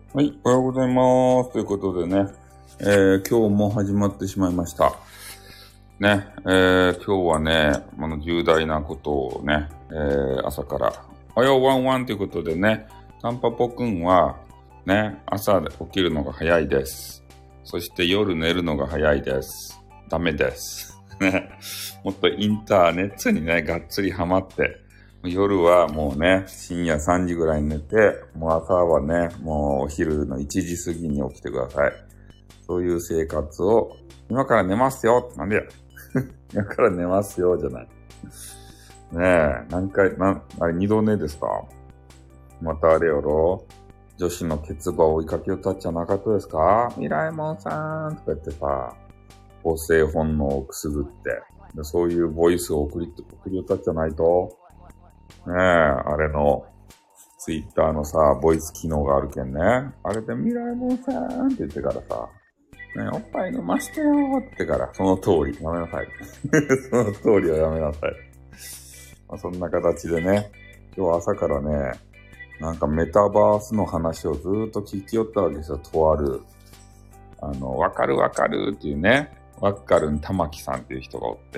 はい、おはようございます。ということでね、今日も始まってしまいました。ね、今日はね、重大なことをね、朝から、おはようワンワンということでね、タンパポくんは、ね、朝起きるのが早いです。そして夜寝るのが早いです。ダメです。ね、もっとインターネットにね、がっつりハマって、夜はもうね、深夜3時ぐらいに寝て、もう朝はね、もうお昼の1時過ぎに起きてください。そういう生活を、今から寝ますよ。なんでや。今から寝ますよ、じゃない。ねえ、あれ2度寝ですか？またあれやろ？女子のケツバを追いかけよったっちゃなかったですか？ミライモンさんとか言ってさ、母性本能をくすぐって、そういうボイスを送りよったっちゃないと、ねえ、あれの、ツイッターのさ、ボイス機能があるけんね。あれでミライモンさんって言ってからさ、ね、おっぱい飲ましてよーってから、その通り、やめなさい。その通りはやめなさい。そんな形でね、今日朝からね、なんかメタバースの話をずーっと聞きよったわけですよ、とある。わかるわかるっていうね、わっかるん玉木さんっていう人がおって、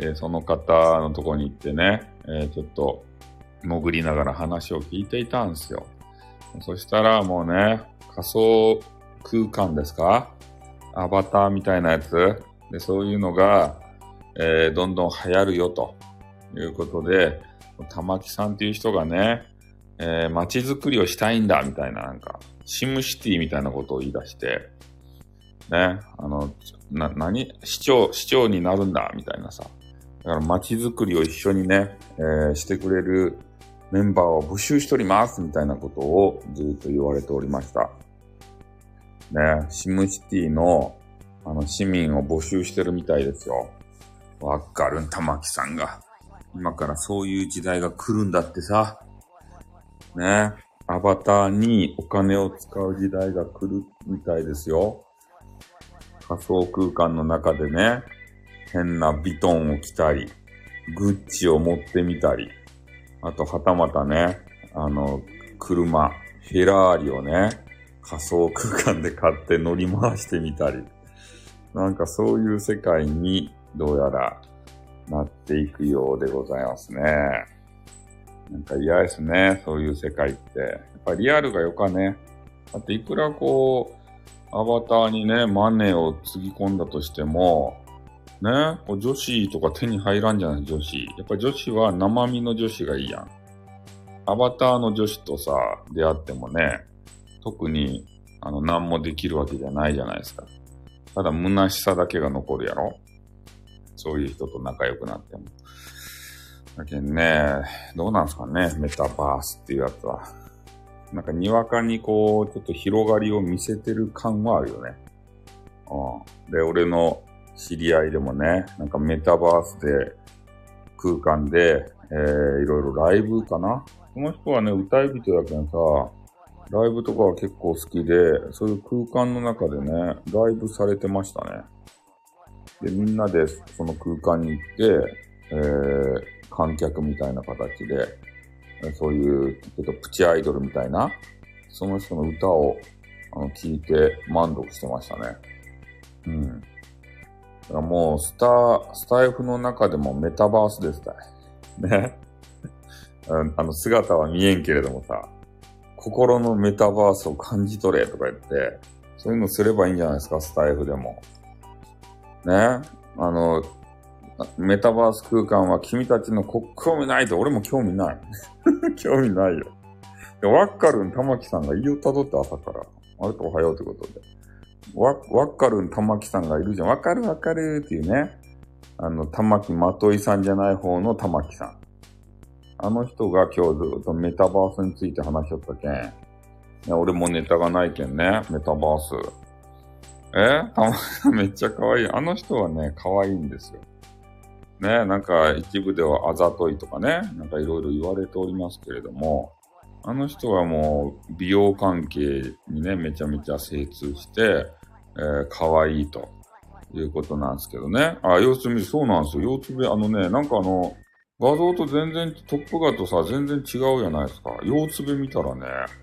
その方のとこに行ってね、ちょっと潜りながら話を聞いていたんですよ。そしたらもうね、仮想空間ですか？アバターみたいなやつで、そういうのが、どんどん流行るよということで、玉木さんっていう人がね、街づくりをしたいんだみたいな、なんか、シムシティみたいなことを言い出して、ね、市長になるんだみたいなさ。だから街づくりを一緒にね、してくれるメンバーを募集しておりますみたいなことをずっと言われておりました。ね、シムシティの市民を募集してるみたいですよ。わかるん、玉木さんが。今からそういう時代が来るんだってさ。ね、アバターにお金を使う時代が来るみたいですよ。仮想空間の中でね、変なビトンを着たり、グッチを持ってみたり、あとはたまたね、車、フェラーリをね、仮想空間で買って乗り回してみたり、なんかそういう世界にどうやらなっていくようでございますね。なんか嫌ですね、そういう世界って。やっぱリアルがよかね。だっていくらこう、アバターにね、マネーをつぎ込んだとしても、ね、こう女子とか手に入らんじゃない、女子。やっぱ女子は生身の女子がいいやん。アバターの女子とさ、出会ってもね、特に、何もできるわけじゃないじゃないですか。ただ、虚しさだけが残るやろ？そういう人と仲良くなっても。だけどね、どうなんすかね、メタバースっていうやつは。なんか、にわかにこう、ちょっと広がりを見せてる感はあるよね。で、俺の知り合いでもね、なんかメタバースで、空間で、いろいろライブかな？この人はね、歌い人やけんさ、ライブとかは結構好きで、そういう空間の中でね、ライブされてましたね。で、みんなでその空間に行って、観客みたいな形で、そういうちょっとプチアイドルみたいな、その人の歌を聞いて満足してましたね。うん。だからもうスタイフの中でもメタバースですたい。ね。姿は見えんけれどもさ、心のメタバースを感じ取れとか言って、そういうのすればいいんじゃないですか、スタイフでも。ね。メタバース空間は君たちの興味ないと、俺も興味ない。興味ないよ。で、ワッカルン玉木さんが言いよったとって朝から。あれとおはようってことで。ワッカルン玉木さんがいるじゃん。わかるわかるっていうね。玉木まといさんじゃない方の玉木さん。あの人が今日ずっとメタバースについて話しよったけん。いや、俺もネタがないけんね、メタバース。玉木さんめっちゃ可愛い。あの人はね、可愛いんですよ。ね、なんか一部ではあざといとかね、なんかいろいろ言われておりますけれども、あの人はもう美容関係にね、めちゃめちゃ精通して、可愛いということなんですけどね。腰痛見る、そうなんですよ。腰痛見、なんか画像と全然、トップ画とさ、全然違うじゃないですか。腰つべ見たらね、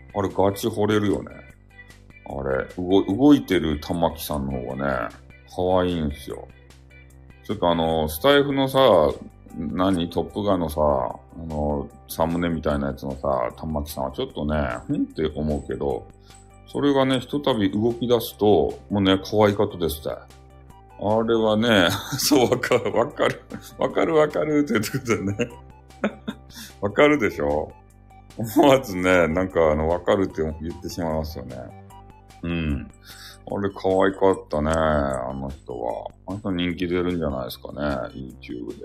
あれガチ惚れるよね。あれ、動いてる玉木さんの方がね、可愛いんすよ。ちょっとスタイフのさ、トップガンのさ、サムネみたいなやつのさ、玉木さんはちょっとね、って思うけど、それがね、ひとたび動き出すと、もうね、可愛かったですって。あれはね、そう、わかるって言ってくるね。わかるでしょ？思わずね、わかるって言ってしまいますよね。うん。あれ可愛かったね、あの人は。あの人人気出るんじゃないですかね、YouTube で。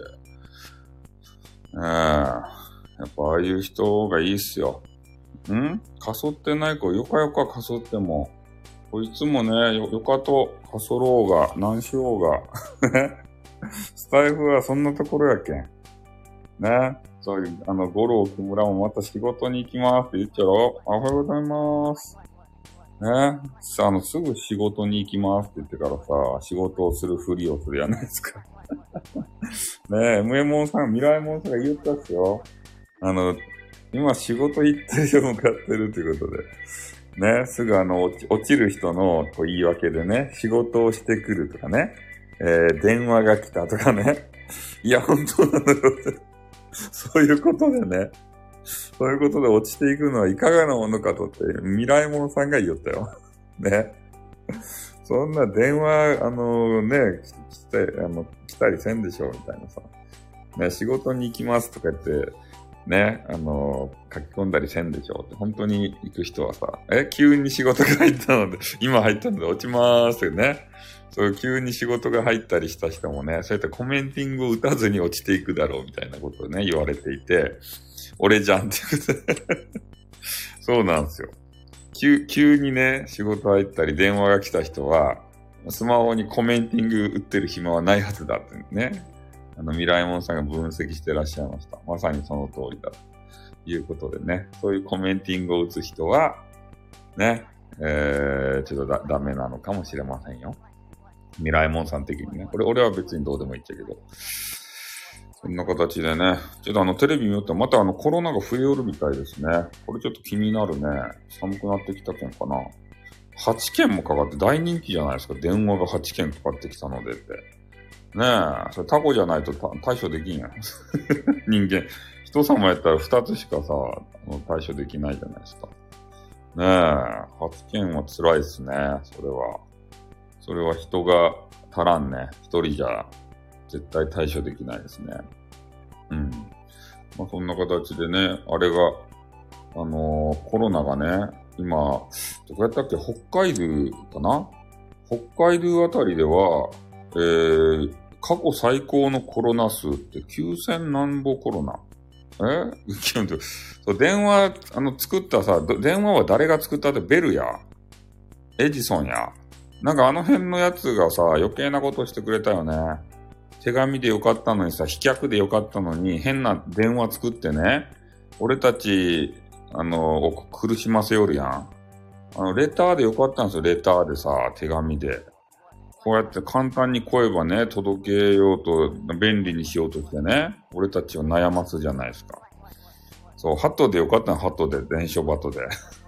やっぱああいう人がいいっすよ。かそってない子、よかよかかそっても、こいつもね、よかとかそろうが、何しようが。スタイフはそんなところやけん。ね。そういう、五郎木村もまた仕事に行きますって言っちゃろ。おはようございます。ね。すぐ仕事に行きますって言ってからさ、仕事をするふりをするやないですか。ねえ、MA さん、未来モンさんが言ったっすよ。今仕事行って向かってるということで。ね、すぐ落ちる人の言い訳でね、仕事をしてくるとかね、電話が来たとかね。いや、本当なのよ。そういうことでね、そういうことで落ちていくのはいかがなものかとって、未来者さんが言ったよ。ね。そんな電話、来たりせんでしょ、みたいなさ。ね、仕事に行きますとか言って、ね、書き込んだりせんでしょって、本当に行く人はさ、急に仕事が入ったので、今入ったので落ちまーすよね。そういう急に仕事が入ったりした人もね、そうやってコメンティングを打たずに落ちていくだろうみたいなことをね、言われていて、俺じゃんってことで。そうなんですよ。急にね、仕事入ったり電話が来た人は、スマホにコメンティング打ってる暇はないはずだってね。未来モンさんが分析してらっしゃいました。まさにその通りだということでね、そういうコメンティングを打つ人は、ね、ちょっとダメなのかもしれませんよ。未来モンさん的にね。俺は別にどうでもいいっちゃけど。そんな形でね、ちょっとテレビ見よってまたコロナが増えよるみたいですね。これちょっと気になるね。寒くなってきたけんかな。8件もかかって大人気じゃないですか。電話が8件かかってきたのでって。ねえ、それタコじゃないと対処できんやん。人間。人様やったら2つしかさ、対処できないじゃないですか。ねえ、8件は辛いっすね。それは人が足らんね。一人じゃ絶対対処できないですね。まあそんな形でね、あれが、コロナがね、今、どこやったっけ？北海道かな？北海道あたりでは、過去最高のコロナ数って9000何ぼコロナ。そう電話、作ったさ、電話は誰が作ったってベルや。エジソンや。あの辺のやつがさ、余計なことしてくれたよね。手紙でよかったのにさ、飛脚でよかったのに、変な電話作ってね、俺たち、を苦しませよるやん。レターでよかったんですよ、レターでさ、手紙で。こうやって簡単に声ばね、届けようと、便利にしようとしてね、俺たちを悩ますじゃないですか。そう、ハトでよかったの、ハトで、電書バトで。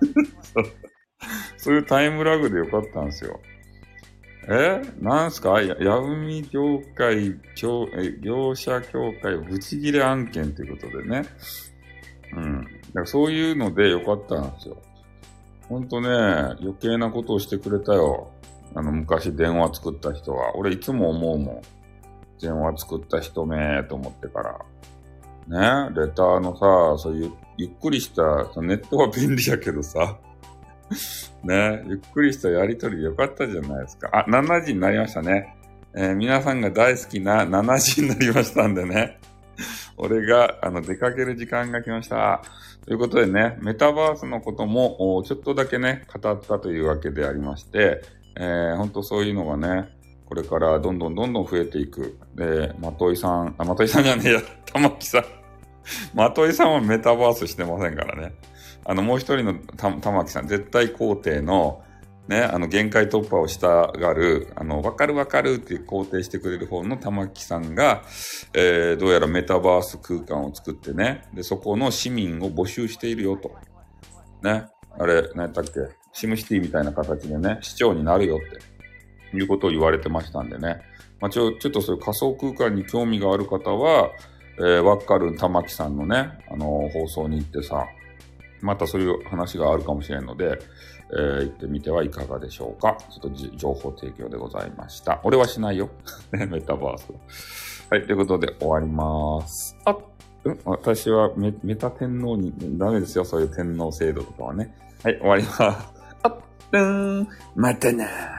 そういうタイムラグでよかったんですよ。なんすか闇業界、業者協会ブチギレ案件ということでね。だからそういうのでよかったんですよ。ほんとね、余計なことをしてくれたよ。昔電話作った人は。俺いつも思うもん。電話作った人めと思ってから。ね、レターのさ、そういうゆっくりした、ネットは便利やけどさ。ね、ゆっくりしたやりとりよかったじゃないですか。あ、7時になりましたね。皆さんが大好きな7時になりましたんでね。俺が、出かける時間が来ました。ということでね、メタバースのことも、ちょっとだけね、語ったというわけでありまして、本当そういうのがね、これからどんどん増えていく。で、まといさんじゃねえや、玉木さん。まといさんはメタバースしてませんからね。もう一人の玉木さん、絶対肯定の、ね、限界突破をしたがる、わかるって肯定してくれる方の玉木さんが、どうやらメタバース空間を作ってね、で、そこの市民を募集しているよと。ね。 あれ、何やったっけ、シムシティみたいな形でね、市長になるよっていうことを言われてましたんでね。まあ、ちょっとそういう仮想空間に興味がある方は、ワッカルン玉木さんのね、放送に行ってさ、またそういう話があるかもしれんので、行ってみてはいかがでしょうか。ちょっと情報提供でございました。俺はしないよ。メタバース。はい、ということで終わります。私はメタ天皇に、ダメですよ、そういう天皇制度とかはね。はい、終わります。またなー。